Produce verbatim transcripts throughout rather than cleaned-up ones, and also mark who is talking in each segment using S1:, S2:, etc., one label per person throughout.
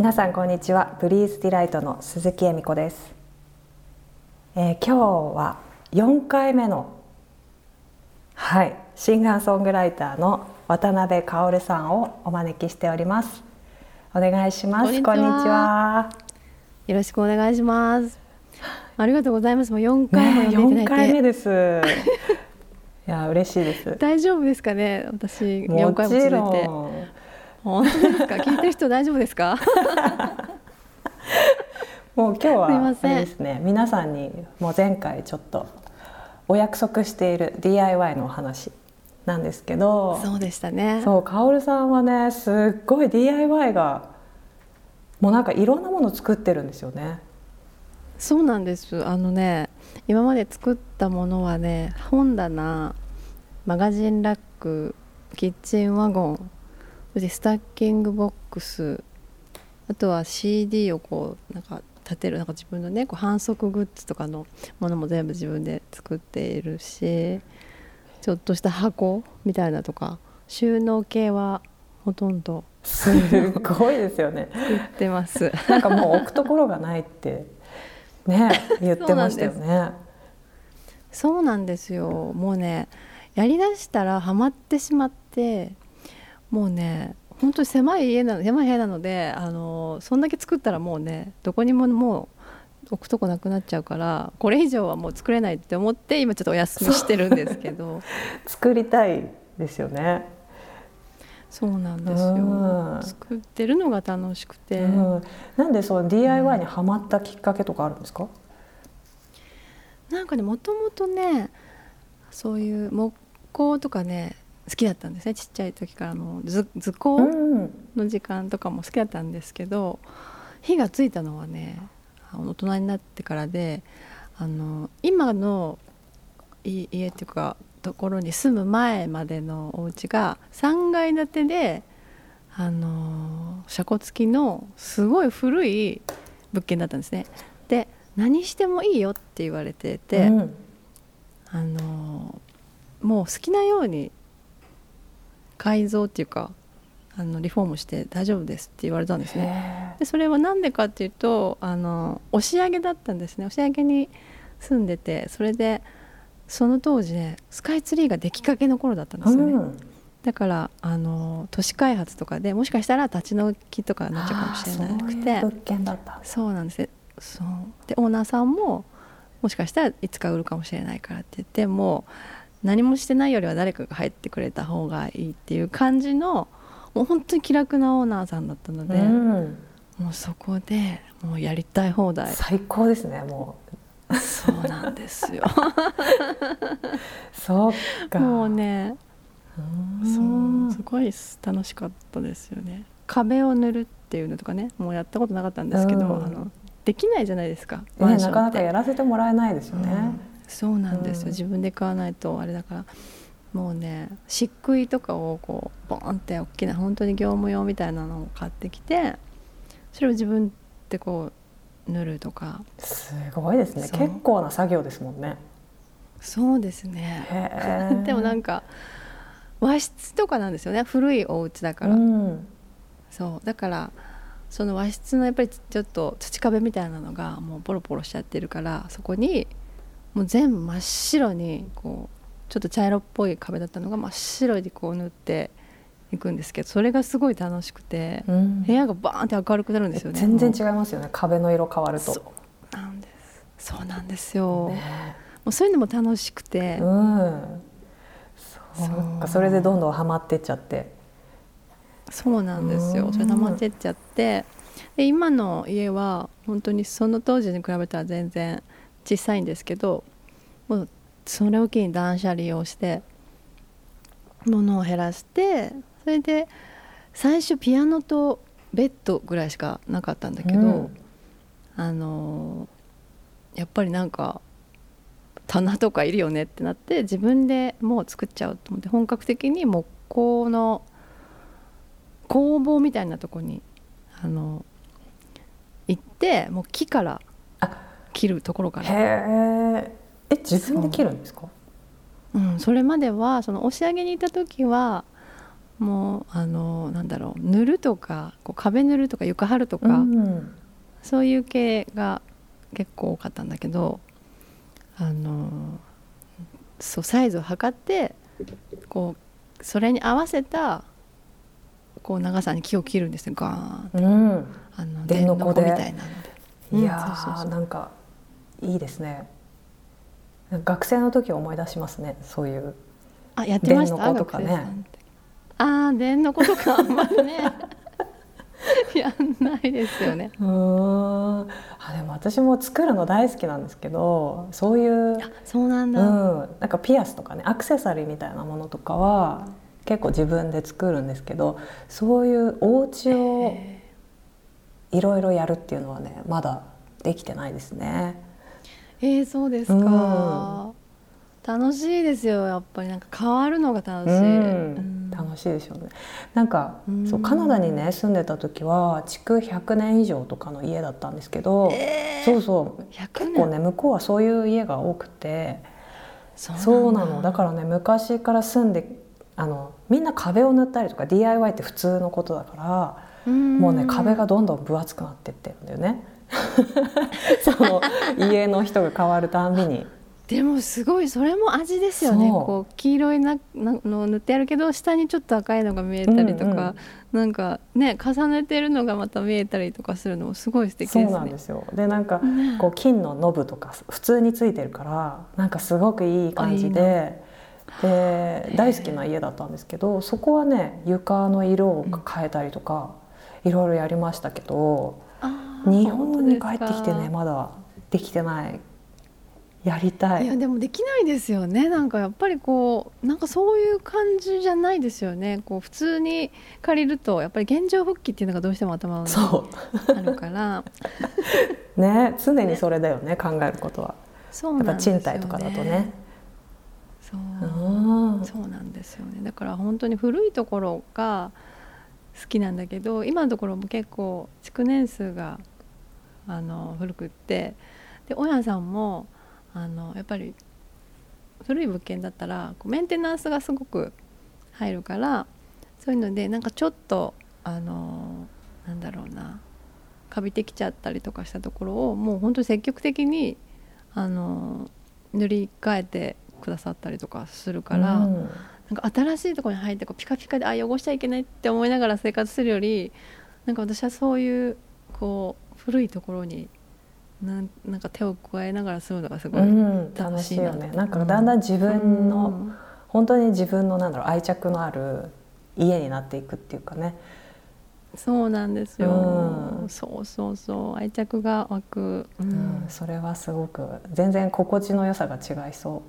S1: 皆さんこんにちは。ブリーズディライトの鈴木恵美子です。えー、今日はよんかいめの、はい、シンガーソングライターの渡辺薫さんをお招きしております。お願いします。
S2: こんにちは。
S1: こんにちは。
S2: よろしくお願いします。ありがとうございます。もうよんかいも呼んでいただいて、
S1: ね、よんかいめです。いや嬉しいです。
S2: 大丈夫ですかね。私よんかいも続いて。
S1: もちろん。
S2: 本当ですか。聞いてる人大丈夫ですか。
S1: もう今日はあれですね、皆さんにもう前回ちょっとお約束している ディーアイワイ のお話なんですけど。
S2: そうでしたね。
S1: そう、薫さんはね、すっごい ディーアイワイ がもうなんかいろんなものを作ってるんですよね。
S2: そうなんです。あのね、今まで作ったものはね、本棚、マガジンラック、キッチンワゴン、そしてスタッキングボックス、あとは シーディー をこうなんか立てる、なんか自分のねこう反則グッズとかのものも全部自分で作っているし、ちょっとした箱みたいなとか収納系はほとんど
S1: すごいですよね。
S2: 作ってます。
S1: なんかもう置くところがないってね言ってましたよね。
S2: そうなんですよ。もうね、やりだしたらハマってしまって、もうね本当に狭い家なの狭い部屋なので、あのそんだけ作ったらもうねどこにももう置くとこなくなっちゃうから、これ以上はもう作れないって思って今ちょっとお休みしてるんですけど。
S1: 作りたいですよね。
S2: そうなんですよ、うん、作ってるのが楽しくて、
S1: うん、なんでそう ディーアイワイ にハマったきっかけとかあるんですか？
S2: うん、なんかね、もともとねそういう木工とかね好きだったんですね。ちっちゃい時からの 図, 図工の時間とかも好きだったんですけど、火がついたのはね大人になってからで、あの今の家っていうかところに住む前までのお家がさんがい建てで、あの車庫付きのすごい古い物件だったんですね。で、何してもいいよって言われてて、うん、あのもう好きなように改造っていうかあのリフォームして大丈夫ですって言われたんですね。でそれは何でかっていうと、あの押上だったんですね。押上に住んでて、それでその当時ねスカイツリーができかけの頃だったんですよね、うん、だからあの都市開発とかでもしかしたら立ち退きとかになっちゃうかもしれなくて、
S1: そういう物件だった。
S2: そうなんです。そうでオーナーさんももしかしたらいつか売るかもしれないからって言って、もう何もしてないよりは誰かが入ってくれた方がいいっていう感じの、もう本当に気楽なオーナーさんだったので、うん、もうそこでもうやりたい放題。
S1: 最高ですね。もう
S2: そうなんですよ。
S1: そうか。
S2: もうね、そうすごい楽しかったですよね。壁を塗るっていうのとかね、もうやったことなかったんですけど、うん、あのできないじゃないですか、
S1: ね、なかなかやらせてもらえないですよね、うん、
S2: そうなんですよ、うん、自分で買わないとあれだから、もうね漆喰とかをこうボーンって大きな本当に業務用みたいなのを買ってきて、それを自分でこう塗るとか。
S1: すごいですね。結構な作業ですもんね。
S2: そうですね。でもなんか和室とかなんですよね。古いお家だから、うん、そうだからその和室のやっぱりちょっと土壁みたいなのがもうポロポロしちゃってるから、そこにもう全部真っ白にこうちょっと茶色っぽい壁だったのが真っ白にこう塗っていくんですけど、それがすごい楽しくて、うん、部屋がバーンって明るくなるんですよね。
S1: 全然違いますよね、壁の色変わると。
S2: そうなんです。そうなんですよ、ね、もうそういうのも楽しくて、うん、
S1: そうか、それでどんどんハマってっちゃって。
S2: そうなんですよ。それハマってっちゃって、で今の家は本当にその当時に比べたら全然小さいんですけど、もうそれを機に断捨離をして物を減らして、それで最初ピアノとベッドぐらいしかなかったんだけど、うん、あのやっぱりなんか棚とかいるよねってなって、自分でもう作っちゃおうと思って、本格的に木工の工房みたいなとこにあの行って、もう木から切るところから。
S1: へえ、自分で切るんですか？
S2: う、うん、それまではその押上にいた時はもうあのなんだろう塗るとかこう壁塗るとか床張るとか、うん、そういう系が結構多かったんだけど、あのそうサイズを測ってこうそれに合わせたこう長さに木を切るんですよ、ガーンって、うん、あの電の子みたいなので。
S1: いやー、うん、そうそうそう、なんかいいですね。学生の時を思い出しますね、そういう。
S2: あ、やってました、
S1: 電の子とかね。
S2: ああ、電の子とかあんまりねやんないですよね。
S1: うーん、あ、でも私も作るの大好きなんですけど、そういう、
S2: あ、そうなんだ、
S1: うん、なんかピアスとかね、アクセサリーみたいなものとかは結構自分で作るんですけど、そういうお家をいろいろやるっていうのはね、まだできてないですね。
S2: えー、そうですか、うん、楽しいですよ、やっぱり。なんか変わるのが楽しい、うん
S1: うん、楽しいでしょうね。なんか、うん、そうカナダにね住んでた時は築ひゃくねん以上とかの家だったんですけど、
S2: えー、
S1: そうそう結構ね向こうはそういう家が多くて、
S2: そうなんだ。
S1: そうなの。だからね、昔から住んであのみんな壁を塗ったりとか ディーアイワイ って普通のことだから、うん、もうね壁がどんどん分厚くなってってるんだよねその家の人が変わるたんびに。
S2: でもすごい、それも味ですよね。こう黄色いなの塗ってあるけど下にちょっと赤いのが見えたりとか、うんうん、なんかね重ねてるのがまた見えたりとかするのもすごい素敵ですね。
S1: そうなんですよ。でなんか、ね、こう金のノブとか普通についてるからなんかすごくいい感じで、で大好きな家だったんですけど、そこはね床の色を変えたりとか、うん、いろいろやりましたけど、日本に帰ってきてねまだできてない。やりたい。
S2: いやでもできないですよね。なんかやっぱりこうなんかそういう感じじゃないですよね。こう普通に借りるとやっぱり現状復帰っていうのがどうしても頭にあるから
S1: ね、常にそれだよね、考えることは。そうなんですよね。やっぱ賃貸とかだとね。
S2: そう、そうなんですよね。だから本当に古いところが好きなんだけど、今のところも結構築年数があの古くって、で大家さんもあのやっぱり古い物件だったらこうメンテナンスがすごく入るから、そういうのでなんかちょっとあのなんだろうなカビてきちゃったりとかしたところをもう本当に積極的にあの塗り替えてくださったりとかするから、うん、なんか新しいところに入ってこうピカピカであ汚しちゃいけないって思いながら生活するより、なんか私はそういうこう古いところにな, なんか手を加えながら住むのがすごい楽しいな、うん、
S1: 楽しいよね。なんかだんだん自分の、うん、本当に自分のなんだろう愛着のある家になっていくっていうかね。
S2: そうなんですよ、うん、そうそうそう愛着が湧く、
S1: うんうん、それはすごく全然心地の良さが違いそう。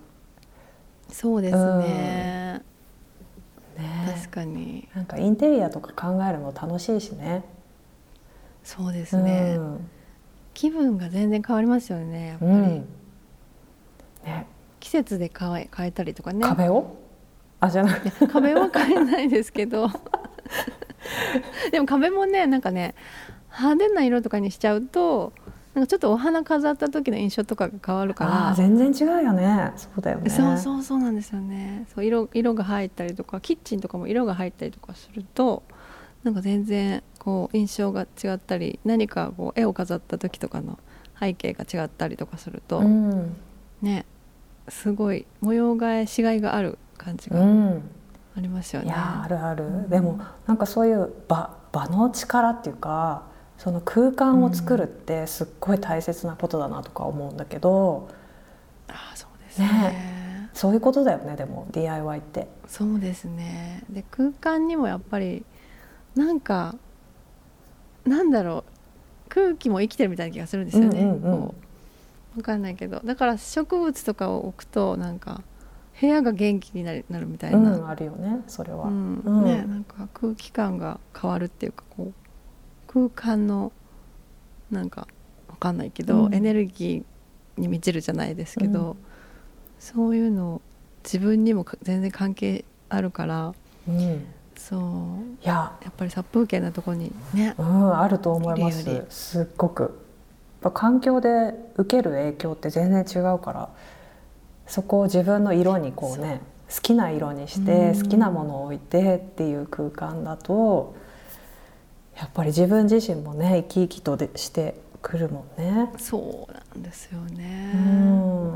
S2: そうですね、うん、ね、確かに。
S1: なんかインテリアとか考えるの楽しいしね。
S2: そうですね、うん、気分が全然変わりますよね、やっぱり、うんね、季節で変え、変えたりとかね。
S1: 壁をあじゃなく
S2: て壁は変えないですけどでも壁もねなんかね派手な色とかにしちゃうとなんかちょっとお花飾った時の印象とかが変わるから。
S1: あ全然違うよね。そうだよね。
S2: そうそうそうなんですよね。そう 色, 色が入ったりとかキッチンとかも色が入ったりとかするとなんか全然こう印象が違ったり、何かこう絵を飾った時とかの背景が違ったりとかすると、うん、ねすごい模様替えしがいがある感じがありますよね、うん、
S1: いやあるある、うん、でもなんかそういう場、場の力っていうかその空間を作るってすっごい大切なことだなとか思うんだけど、
S2: うん、あそうです ね, ね
S1: そういうことだよね。でも ディーアイワイ って
S2: そうですね。で空間にもやっぱりなんかなんだろう空気も生きてるみたいな気がするんですよね、うんうんうん、こう分かんないけど、だから植物とかを置くとなんか部屋が元気になる、なるみたいな、
S1: うん、あるよねそれは、
S2: うんうんね、なんか空気感が変わるっていうかこう空間のなんか分かんないけど、うん、エネルギーに満ちるじゃないですけど、うん、そういうの自分にも全然関係あるから、うんそういややっぱり殺風景なところにね、
S1: うん、あると思います。すっごくやっぱ環境で受ける影響って全然違うから、そこを自分の色にこうね好きな色にして好きなものを置いてっていう空間だとやっぱり自分自身もね生き生きとでしてくるもんね。
S2: そうなんですよね、
S1: うん、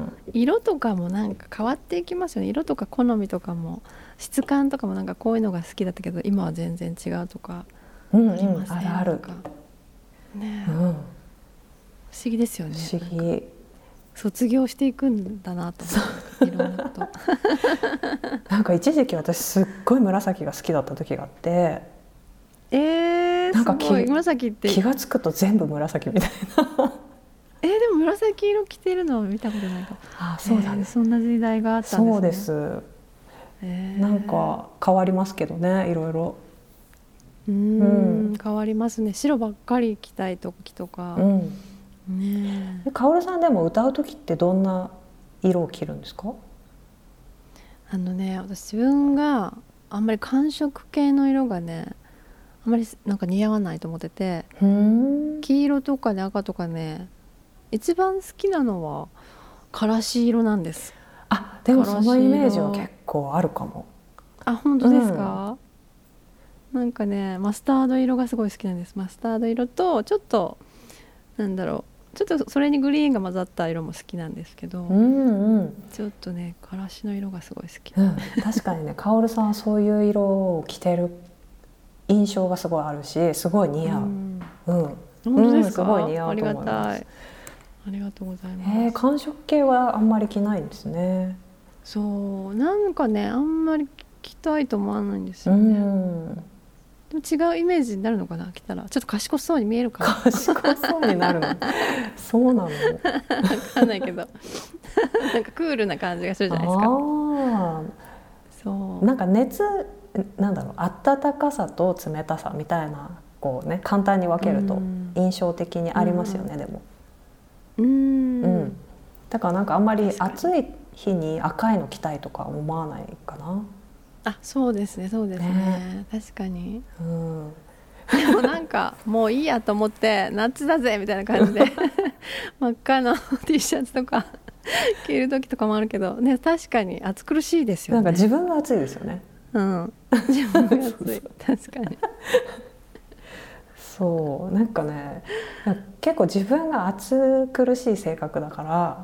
S2: 色とかもなんか変わっていきますよね。色とか好みとかも質感とかもなんかこういうのが好きだったけど今は全然違うとかありません、うんうん、
S1: あるある
S2: ね、
S1: うん、
S2: 不思議ですよね。
S1: 不思議。
S2: 卒業していくんだなと思っていろんなこと
S1: なんか一時期私すっごい紫が好きだった時があって、
S2: えー、
S1: なんか
S2: すごい紫って
S1: 気がつくと全部紫みたいな
S2: えー、でも紫色着てるのを見たことないかも。
S1: あ、そうだね、
S2: えー、そんな時代があったんですね。
S1: そうです、えー、なんか変わりますけどね、いろいろ。
S2: うーん、うん、変わりますね。白ばっかり着たい時とか、うん
S1: ね、えカオルさんでも歌う時ってどんな色を着るんですか？
S2: あのね、私自分があんまり寒色系の色がねあんまりなんか似合わないと思ってて、うーん、黄色とかね赤とかね一番好きなのはからし色なんです。
S1: あ、でもそのイメージは結構あるかも。
S2: あ、本当ですか？うん、なんかねマスタード色がすごい好きなんです。マスタード色とちょっとなんだろう、ちょっとそれにグリーンが混ざった色も好きなんですけど、うんうん、ちょっとねからしの色がすごい好き、うん、
S1: 確かにねカオルさんはそういう色を着てる印象がすごいあるし、すごい似合う、うんうん、
S2: 本当ですか？
S1: うん、すごい似合うと思います。
S2: ありがたい、ありがとうございます。
S1: えー、寒色系はあんまり着ないんですね。
S2: そうなんかねあんまり着たいと思わないんですよね、うん、でも違うイメージになるのかな、着たらちょっと賢そうに見えるかな。
S1: 賢そうになるのそうなの分
S2: かんないけどなんかクールな感じがするじゃないですか。あ、
S1: そうなんか熱なんだろう、温かさと冷たさみたいなこうね簡単に分けると印象的にありますよね、うん、でもうん、うん、だからなんかあんまり暑い日に赤いの着たいとか思わないかな。
S2: あ、そうですねそうです ね, ね確かに、
S1: うん、
S2: でもなんかもういいやと思って夏だぜみたいな感じで真っ赤な T シャツとか着る時とかもあるけどね、確かに暑苦しいですよね。
S1: なんか自分が暑いですよね。
S2: うん、自分が暑い確かに
S1: そうなんかね結構自分が暑苦しい性格だから、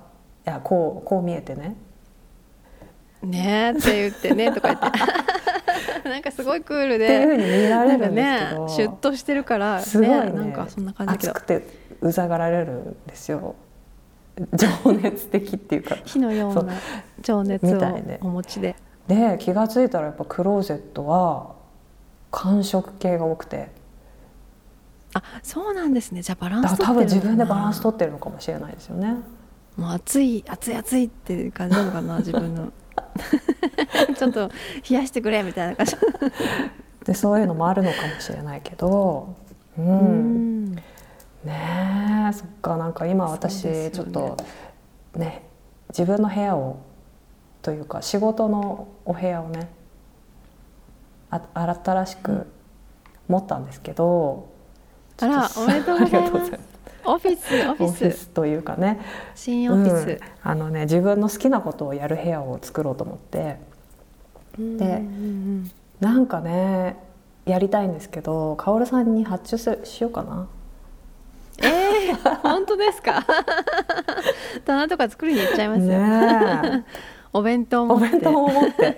S1: いやこうこう見えてね
S2: ねーって言ってねとか言ってなんかすごいクールで
S1: っていう風に見られるんですけど、
S2: ね、シュッとしてるから
S1: すごいね、
S2: なんかそんな感じだけど
S1: 暑くてうざがられるんですよ。情熱的っていうか
S2: 火のような情熱をお持ちで、
S1: で気が付いたらやっぱクローゼットは寒色系が多くて。
S2: あ、そうなんですね。じゃあバランス取ってるのかな。
S1: 多分自分でバランス取ってるのかもしれないですよね。
S2: もう暑い暑い暑いっていう感じなのかな自分のちょっと冷やしてくれみたいな感じ
S1: でそういうのもあるのかもしれないけど、うん、うんねえ、そっか、なんか今私、ね、ちょっとね自分の部屋をというか仕事のお部屋をねあ新しく持ったんですけど、
S2: あらおめでとうございます。オフィスオフィス
S1: オフィスというかね、
S2: 新オフィス、うん、
S1: あのね自分の好きなことをやる部屋を作ろうと思って、で、うんうん、なんかねやりたいんですけど、カオルさんに発注しようかな。
S2: えー、本当ですか棚とか作りに行っちゃいますよねお弁当持って
S1: お弁当も持って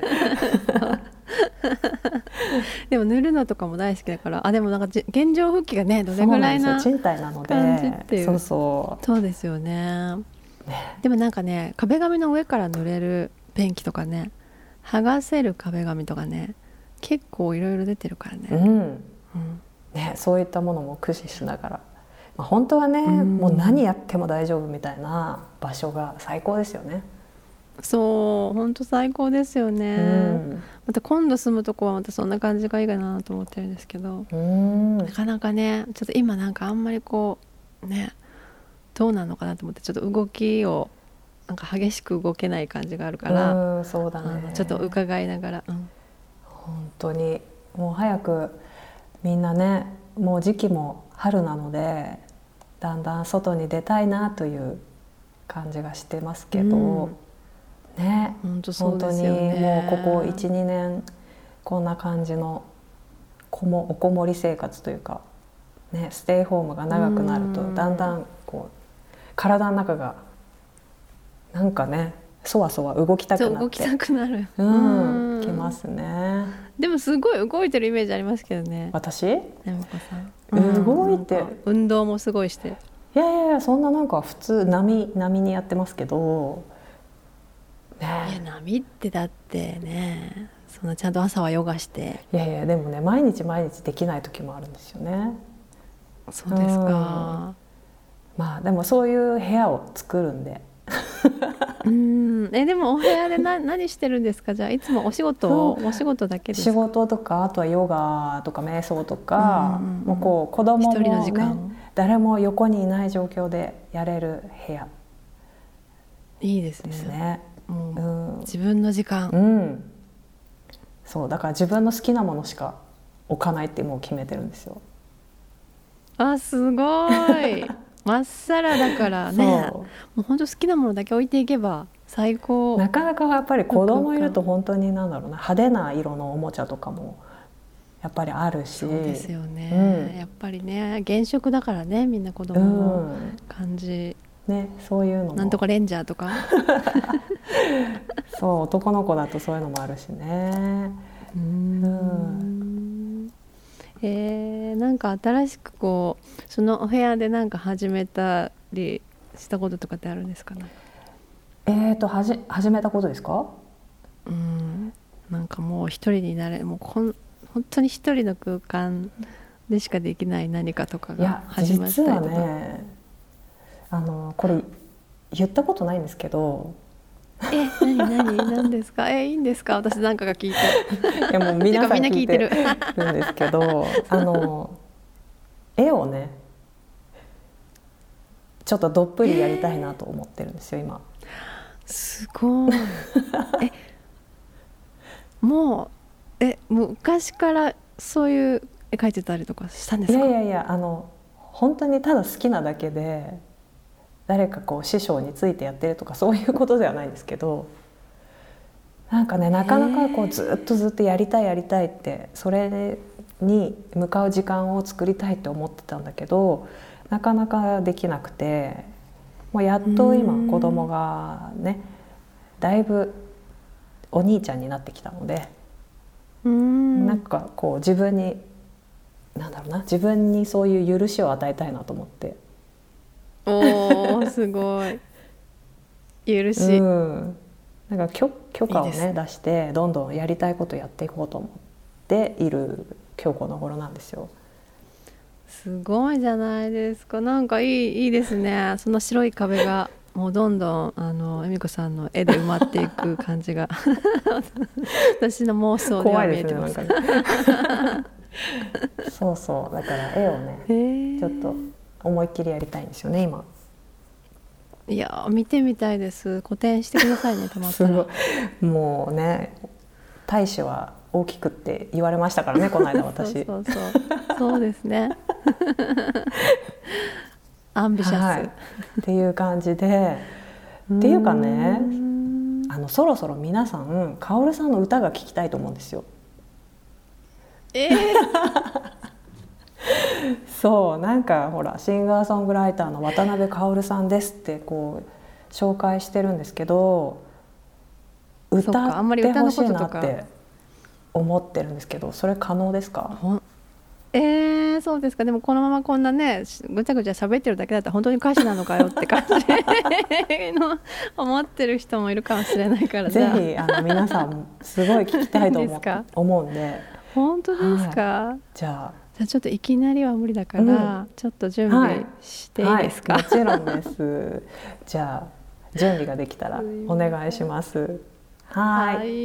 S2: でも塗るのとかも大好きだから、あでもなんか現状復帰がねどれぐらいな
S1: 賃貸なので
S2: 感じっていう、
S1: そうそう
S2: そうですよ ね, ねでもなんかね壁紙の上から塗れるペンキとかね、剥がせる壁紙とかね結構いろいろ出てるからね、うんうん
S1: ね、そういったものも駆使しながら、まあ、本当はね、うん、もう何やっても大丈夫みたいな場所が最高ですよね。
S2: そう本当最高ですよね、うん、また今度住むとこはまたそんな感じがいいかなと思ってるんですけど、うん、なかなかねちょっと今なんかあんまりこうねどうなのかなと思って、ちょっと動きをなんか激しく動けない感じがあるから、うん、そうだね、ちょっと伺いながら、うん、
S1: 本当にもう早くみんなねもう時期も春なのでだんだん外に出たいなという感じがしてますけど、うんね、
S2: 本当そうですよね。
S1: 本当にもうここ いちにねんこんな感じのこもおこもり生活というか、ね、ステイホームが長くなるとだんだんこう体の中がなんかねそわそわ動きたくなって
S2: 動きたくなる、
S1: うん、
S2: うん
S1: きますね。
S2: でもすごい動いてるイメージありますけどね。
S1: 私
S2: 恵美子さん、
S1: 動いて、
S2: うん、運動もすごいして。
S1: いやいやいや、そんななんか普通波波にやってますけど、ね、
S2: いや波ってだってね、そんなちゃんと朝はヨガして。
S1: いやいやでもね毎日毎日できない時もあるんですよね。
S2: そうですか。
S1: まあでもそういう部屋を作るんで
S2: うんえでもお部屋でな何してるんですか？じゃあいつもお仕事お仕事だけですか？
S1: 仕事とかあとはヨガとか瞑想とか、うんうんうん、もうこう子供も、ね、
S2: 一人の時間
S1: 誰も横にいない状況でやれる部屋
S2: いいですね。
S1: ですね。
S2: もう、うん、自分の時間、
S1: うん、そうだから自分の好きなものしか置かないってもう決めてるんですよ。
S2: あすごいまっさらだからね、もう本当好きなものだけ置いていけば最高。
S1: なかなかやっぱり子供いると本当に何だろうな、派手な色のおもちゃとかもやっぱりあるし。
S2: そうですよね、うん、やっぱりね原色だからね、みんな子供の感じ、
S1: うんね、そういうのも
S2: なんとかレンジャーとか
S1: そう男の子だとそういうのもあるしね。
S2: うーん、えー、なんか新しくこうそのお部屋でなんか始めたりしたこととかってあるんですかね？
S1: えーとはじ始めたことですか？
S2: うん、なんかもう一人になれもうこん本当に一人の空間でしかできない何かとかが始まったりとか。
S1: いや実はね、あのこれ言ったことないんですけど。
S2: え何何何ですか？えいいんですか？私なんかが聞いて。
S1: いやもう皆さん聞いてるんですけどあの絵をねちょっとどっぷりやりたいなと思ってるんですよ、えー、今。
S2: すごいえもうえ昔からそういう絵描いてたりとかしたんですか？
S1: いやいやいや、あの本当にただ好きなだけで誰かこう師匠についてやってるとかそういうことではないんですけど、なんかねなかなかこうずっとずっとやりたいやりたいってそれに向かう時間を作りたいって思ってたんだけどなかなかできなくて、もうやっと今子供がねだいぶお兄ちゃんになってきたので、うーんなんかこう自分になんだろうな自分にそういう許しを与えたいなと思って。
S2: おーすごい許し、うん、
S1: なんか 許, 許可をねいい出してどんどんやりたいことやっていこうと思っている今日この頃なんですよ。
S2: すごいじゃないですか。なんかいいいいですね。その白い壁がもうどんどんあの恵美子さんの絵で埋まっていく感じが私の妄想では見えてます。怖いですね、なんかね
S1: そうそうだから絵をね、えー、ちょっと思いっきりやりたいんですよね今。
S2: いや見てみたいです。個展してくださいね。たまったら
S1: もうね大使は大きくって言われましたからねこの間私
S2: そうそうそうそうですねアンビシャス、はい、
S1: っていう感じでっていうかねあのそろそろ皆さんカオルさんの歌が聴きたいと思うんですよ。
S2: えー
S1: そうなんかほらシンガーソングライターの渡辺薫さんですってこう紹介してるんですけど歌ってほしいなって思ってるんですけどそれ可能ですか？
S2: えー、そうですか。でもこのままこんなねぐちゃぐちゃ喋ってるだけだったら本当に歌手なのかよって感じの思ってる人もいるかもしれないから
S1: ぜひあの皆さんすごい聞きたいと思う思うんで。
S2: 本当ですか？
S1: はい、じゃあ
S2: じゃあちょっといきなりは無理だから、うん、ちょっと準備していいですか？
S1: はいはい、もちろんです。じゃあ準備ができたらお願いします。はい、
S2: はい、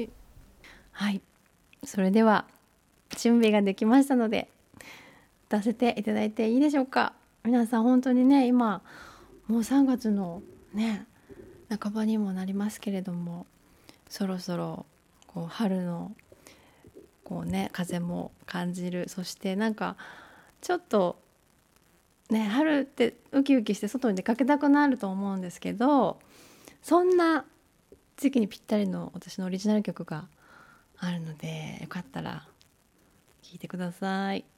S2: はい、それでは準備ができましたので出せていただいていいでしょうか？皆さん本当にね今もうさんがつのね半ばにもなりますけれどもそろそろこう春のこうね風も感じる。そしてなんかちょっとね春ってウキウキして外に出かけたくなると思うんですけどそんな時期にぴったりの私のオリジナル曲があるので、よかったら聴いてください。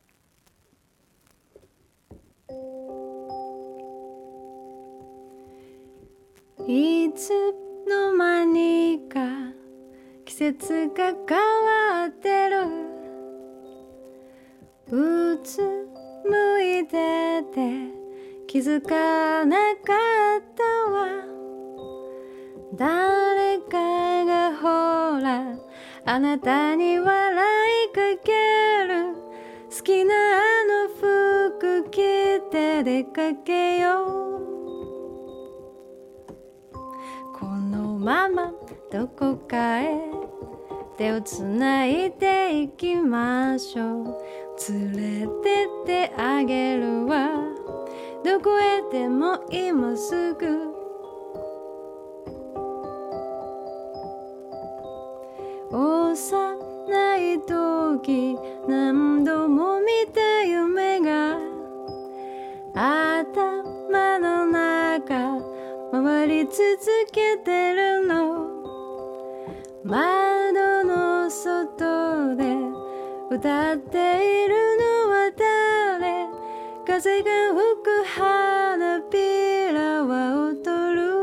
S2: いつの間にか季節が変わってる、うつむいてて気づかなかったわ。誰かがほらあなたに笑いかける、好きなあの服着て出かけよう。このままどこかへ手をつないでいきましょう。連れてってあげるわ、どこへでも今すぐ。幼い時何度も見た夢が頭の中回り続けてるの。窓の外で歌っているのは誰、風が吹く花びらは踊る。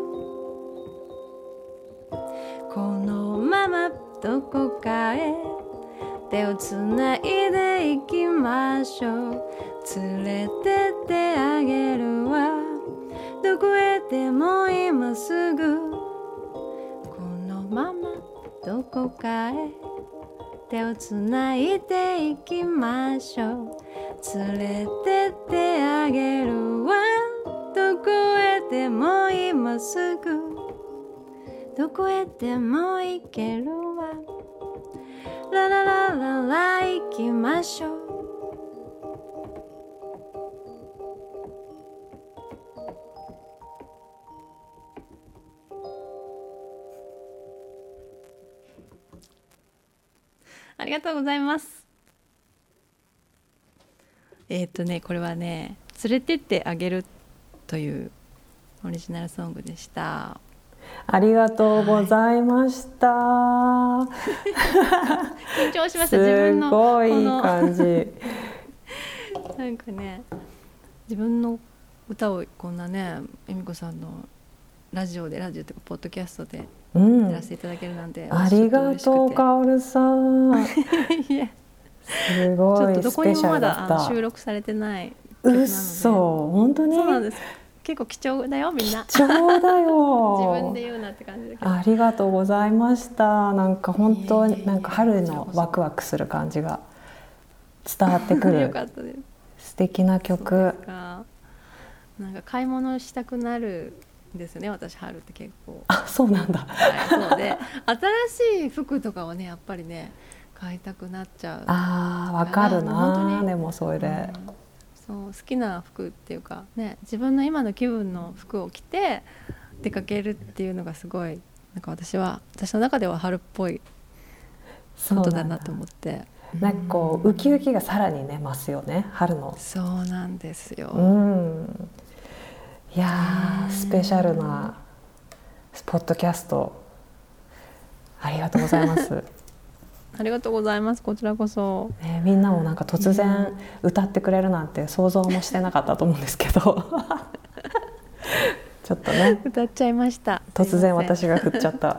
S2: このままどこかへ手をつないでいきましょう。連れてってあげるわ、どこへでも今すぐ。このままどこかへ手をつないでいきましょう。連れてってあげるわ、どこへでも今すぐ。どこへでも行けるわ、ラララララ行きましょう。ありがとうございます。えっとねこれはね連れてってあげるというオリジナルソングでした。
S1: ありがとうございました。はい、
S2: 緊張しました。自分の
S1: すごいいい感じ。
S2: なんかね自分の歌をこんなね恵美子さんのラジオでラジオというかポッドキャストでやらせていただけるなんて、
S1: うん、ありがとうかおるさん。
S2: いや
S1: すごいスペシャルだった。
S2: どこにもまだ収録されてない曲なので。
S1: うっそ、本当に。
S2: そうなんです。結構貴重だよみんな。
S1: 貴重だよ。
S2: 自分で言うなって感じだけど。
S1: ありがとうございました。なんか本当になんか春のワクワクする感じが伝わってくる。
S2: よかったです。
S1: 素敵な曲。
S2: かなんか買い物したくなるんですよね。私春って結構。
S1: あ、そうなんだ。
S2: はい、そうで新しい服とかはねやっぱりね買いたくなっちゃう。
S1: ああ、わかるな。でもそれで。
S2: うんそう好きな服っていうかね自分の今の気分の服を着て出かけるっていうのがすごいなんか私は私の中では春っぽいことだなと思って。
S1: なんかこうウキウキがさらにね増すよね春の。
S2: そうなんですよ。
S1: うん、いやスペシャルなポッドキャストありがとうございます。
S2: ありがとうございます。こちらこそ、
S1: ね、みんなもなんか突然歌ってくれるなんて想像もしてなかったと思うんですけどちょっとね
S2: 歌っちゃいました。
S1: 突然私が振っちゃった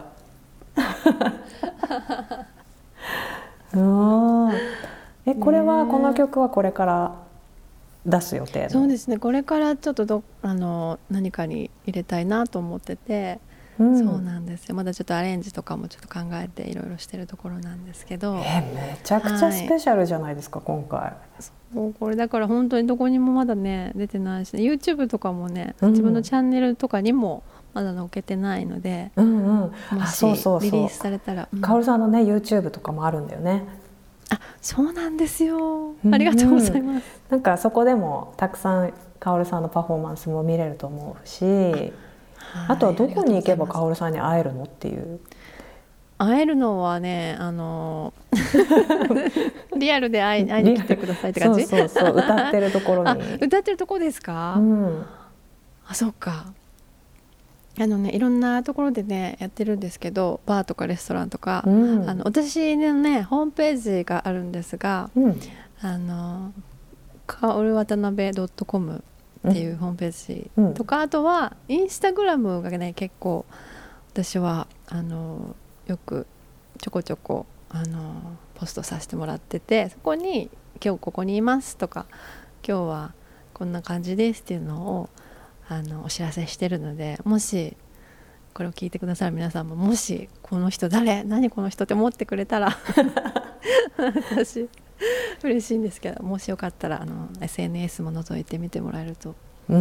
S1: うんえこれはこの曲はこれから出す予定の？
S2: そうですねこれからちょっとどあの何かに入れたいなと思ってて、うん、そうなんですよ。まだちょっとアレンジとかもちょっと考えていろいろしてるところなんですけど、
S1: えめちゃくちゃスペシャルじゃないですか、はい、今回。
S2: そうこれだから本当にどこにもまだね出てないし、ね、YouTube とかもね、うん、自分のチャンネルとかにもまだ載っけてないので、うんうん、もしリリースされたら
S1: かおるさんのね YouTube とかもあるんだよね。
S2: あ、そうなんですよ。ありがとうございます。
S1: なんかそこでもたくさんかおるさんのパフォーマンスも見れると思うし、あ, あとはどこに行けばかおるさんに会えるのっていう。
S2: 会えるのはねあのリアルで会い、会いに来てくださいって感じ。
S1: そうそうそう歌ってるところに。
S2: あ歌ってるとこですか、
S1: うん、
S2: あそっかあのねいろんなところでねやってるんですけど、バーとかレストランとか、
S1: うん、
S2: あの私のねホームページがあるんですが、
S1: うん、
S2: あのかおる渡辺 .com っていうホームページとか、うん、あとはインスタグラムがね結構私はあのよくちょこちょこあのポストさせてもらってて、そこに今日ここにいますとか今日はこんな感じですっていうのをあのお知らせしてるので、もしこれを聞いてくださる皆さんももしこの人誰何この人って思ってくれたら私嬉しいんですけど、もしよかったらあの エスエヌエス も覗いてみてもらえると、
S1: うん、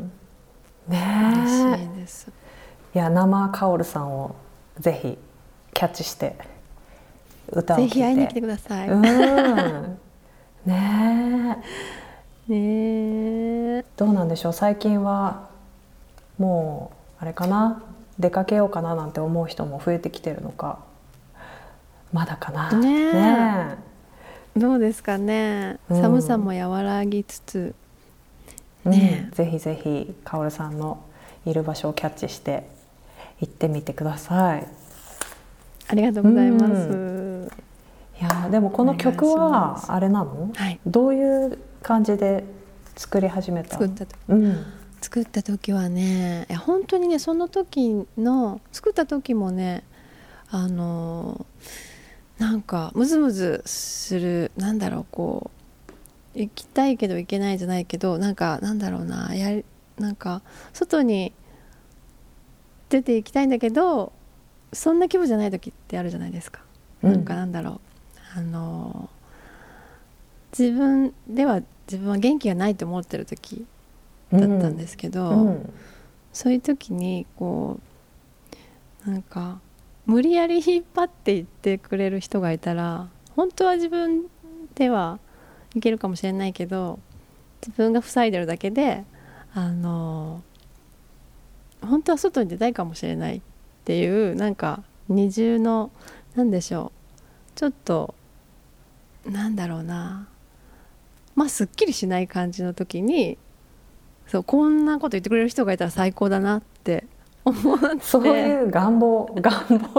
S1: ね、
S2: 嬉しいです。
S1: いや生かおるさんをぜひキャッチして歌を聴いて
S2: ぜひ会いに来てください。
S1: うん、ね
S2: えね
S1: どうなんでしょう、最近はもうあれかな、出かけようかななんて思う人も増えてきてるのか、まだかな。
S2: ね
S1: ね
S2: どうですかね、うん、寒さも和らぎつつ、
S1: ね、うん、ぜひぜひかおるさんのいる場所をキャッチして行ってみてください。
S2: ありがとうございます、うん、
S1: いやでもこの曲はあれなの、
S2: はい、
S1: どういう感じで作り始めた？
S2: 作った時、
S1: うん、
S2: 作った時はね、いや本当にねその時の作った時もね、あのなんかムズムズする、なんだろう、こう行きたいけど行けないじゃないけど、なんかなんだろうな、やなんか外に出て行きたいんだけどそんな気分じゃない時ってあるじゃないですか、うん、なんかなんだろう、あの自分では自分は元気がないと思ってる時だったんですけど、うんうん、そういう時にこうなんか無理やり引っ張っていってくれる人がいたら、本当は自分ではいけるかもしれないけど自分が塞いでるだけで、あの本当は外に出たいかもしれないっていう、なんか二重のなんでしょう、ちょっとなんだろうな、まあすっきりしない感じの時に、そうこんなこと言ってくれる人がいたら最高だなって思って、
S1: そういう願望願望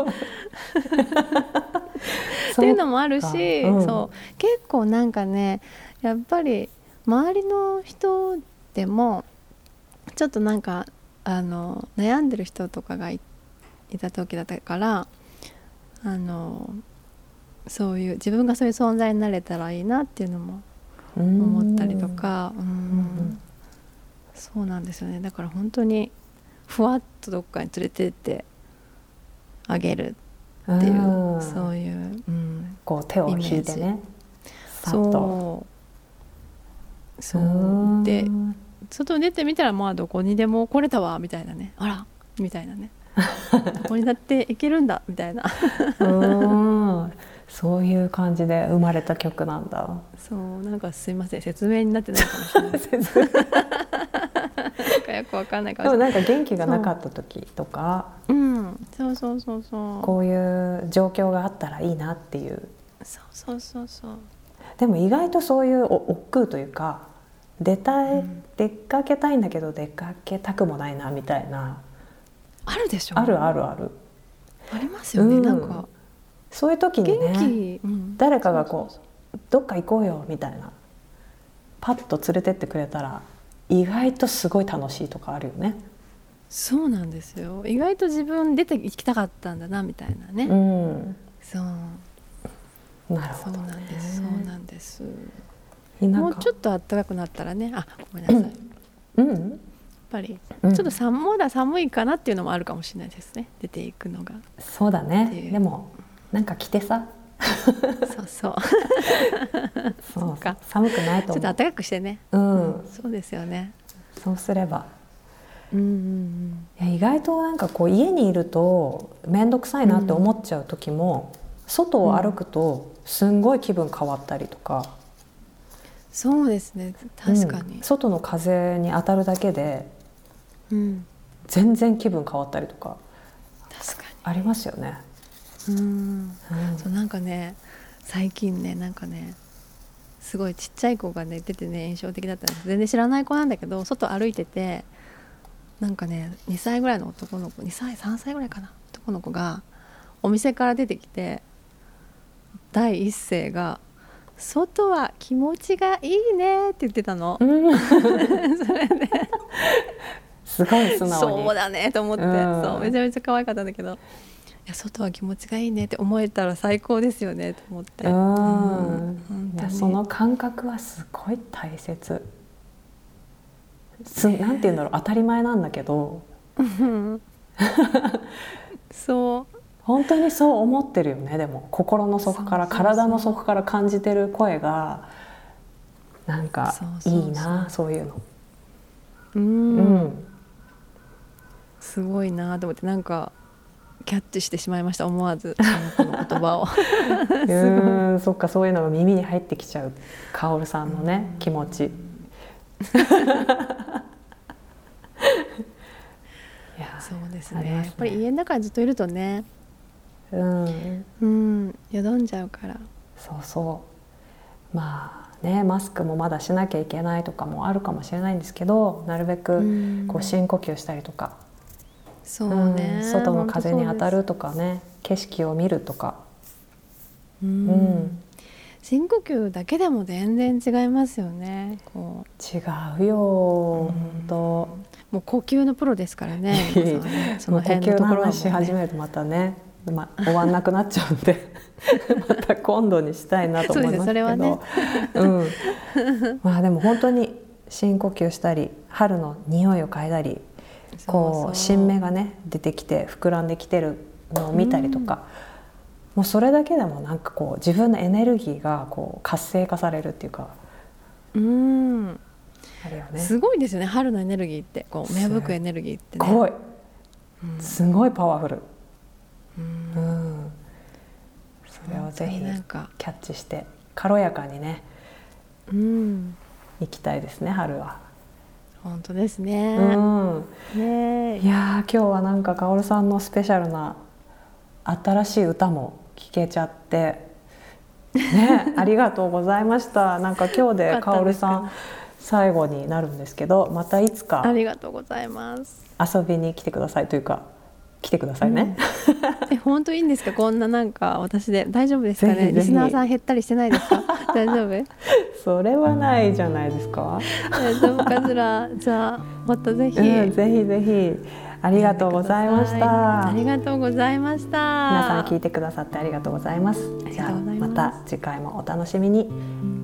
S2: っていうのもあるし、うん、そう結構なんかね、やっぱり周りの人でもちょっとなんかあの悩んでる人とかが い, いた時だったから、あのそういう自分がそういう存在になれたらいいなっていうのも思ったりとか、うん、うん、そうなんですよね。だから本当にふわっとどっかに連れてってあげるっていう、そういう、うん、
S1: こう手を引いてね、
S2: そうそうで外に出てみたら、まあどこにでも来れたわみたいなね、あらみたいなねどこにだって行けるんだみたいな
S1: うんそういう感じで生まれた曲なんだ。
S2: そうなんかすいません、説明になってないかもしれないなんかよくわかんないかもしれない。
S1: でもなんか元気がなかった時とか、
S2: そう、うん、そうそうそうそう、
S1: こういう状況があったらいいなっていう。
S2: そうそうそうそう。
S1: でも意外とそういう億劫というか、出たい、うん、出かけたいんだけど出かけたくもないなみたいな、
S2: あるでしょ。
S1: あるあるある
S2: ありますよね、うん、なんか
S1: そういう時にね、
S2: 元気、うん、
S1: 誰かがこう、そうそうそう、どっか行こうよみたいな、パッと連れてってくれたら意外とすごい楽しいとかあるよね。
S2: そうなんですよ、意外と自分出て行きたかったんだなみたいなね、
S1: うん、
S2: そう
S1: なるほどね、
S2: そうなんです、そうなんです。もうちょっと暖かくなったらね、あ、ごめんなさい、
S1: うん、うん、
S2: やっぱりちょっと寒、まだ寒いかなっていうのもあるかもしれないですね、出ていくのが。
S1: そうだね、でもなんか着てさ
S2: そうそう
S1: そうか、寒くないと思う。
S2: ちょっと暖かくしてね、
S1: うん、
S2: うん、そうですよね。
S1: そうすれば、
S2: うんうんうん、
S1: いや意外となんかこう家にいると面倒くさいなって思っちゃう時も、うん、外を歩くとすんごい気分変わったりとか、うん、
S2: そうですね、確かに、
S1: うん、外の風に当たるだけで、うん、全然気分変わったりとか
S2: 確かに
S1: ありますよね。
S2: うん、うん、そうなんかね、最近ね、なんかねすごいちっちゃい子がね出てね印象的だったんです。全然知らない子なんだけど、外歩いてて、 なんかねにさいぐらいの男の子、にさいさんさいぐらいかな、男の子がお店から出てきて、第一声が外は気持ちがいいねって言ってたの、うん、それです
S1: ごい素直に
S2: そうだねと思って、うん、そうめちゃめちゃ可愛かったんだけど、いや外は気持ちがいいねって思えたら最高ですよねと思って、うん
S1: うんいやその感覚はすごい大切す、なんて言うんだろう、当たり前なんだけど
S2: そう
S1: 本当にそう思ってるよね。でも心の底から、体の底から感じてる声がなんかいいな、そういうの。
S2: うん、うん、すごいなと思って、なんかキャッチしてしまいました、思わずその子の言葉を
S1: うんそっか、そういうのが耳に入ってきちゃうカオルさんのね、うん、気持ちい
S2: やそうですね、やっぱり家の中にずっといるとね、
S1: うん
S2: うん、よどんじゃうから。
S1: そうそうまあね、マスクもまだしなきゃいけないとかもあるかもしれないんですけど、なるべくこう深呼吸したりとか、
S2: そうね、
S1: うん、外の風に当たるとかね、景色を見るとか、
S2: うん、うん、深呼吸だけでも全然違いますよね。こ
S1: う違うよ、本当、
S2: もう呼吸のプロですからね
S1: その辺のところはもうね、呼吸の話し始めるとまたね、まあ、終わんなくなっちゃうんでまた今度にしたいなと思いますけど、ねうん、まあでも本当に深呼吸したり、春の匂いを嗅いだり、こう新芽がね出てきて膨らんできてるのを見たりとか、うん、もうそれだけでもなんかこう自分のエネルギーがこう活性化されるっていうか、
S2: うん
S1: あるよね。
S2: すごいですよね、春のエネルギーって、こう芽吹くエネルギーってね、
S1: すごい、うん、すごいパワフル、うんうん、それをぜひキャッチして軽やかにね、うん、行きたいですね、春は。
S2: 本当ですね、
S1: うんね、いや今日はなんかカオルさんのスペシャルな新しい歌も聴けちゃってねありがとうございました。なんか今日でカオルさん最後になるんですけど、またいつか
S2: ありがとうございます
S1: 遊びに来てくださいというか、来てくださいね、
S2: うん、え本当いいんですか、こんななんか私で大丈夫ですかね。リスナーさん減ったりしてないですか大丈夫
S1: それはないじゃないですか
S2: 大丈夫かしら。じゃあまたぜひ、
S1: うん、ぜひぜひありがとうございました。
S2: ありがとうございました。
S1: 皆さん聞いてくださってありがとうございます。じゃあまた次回もお楽しみに。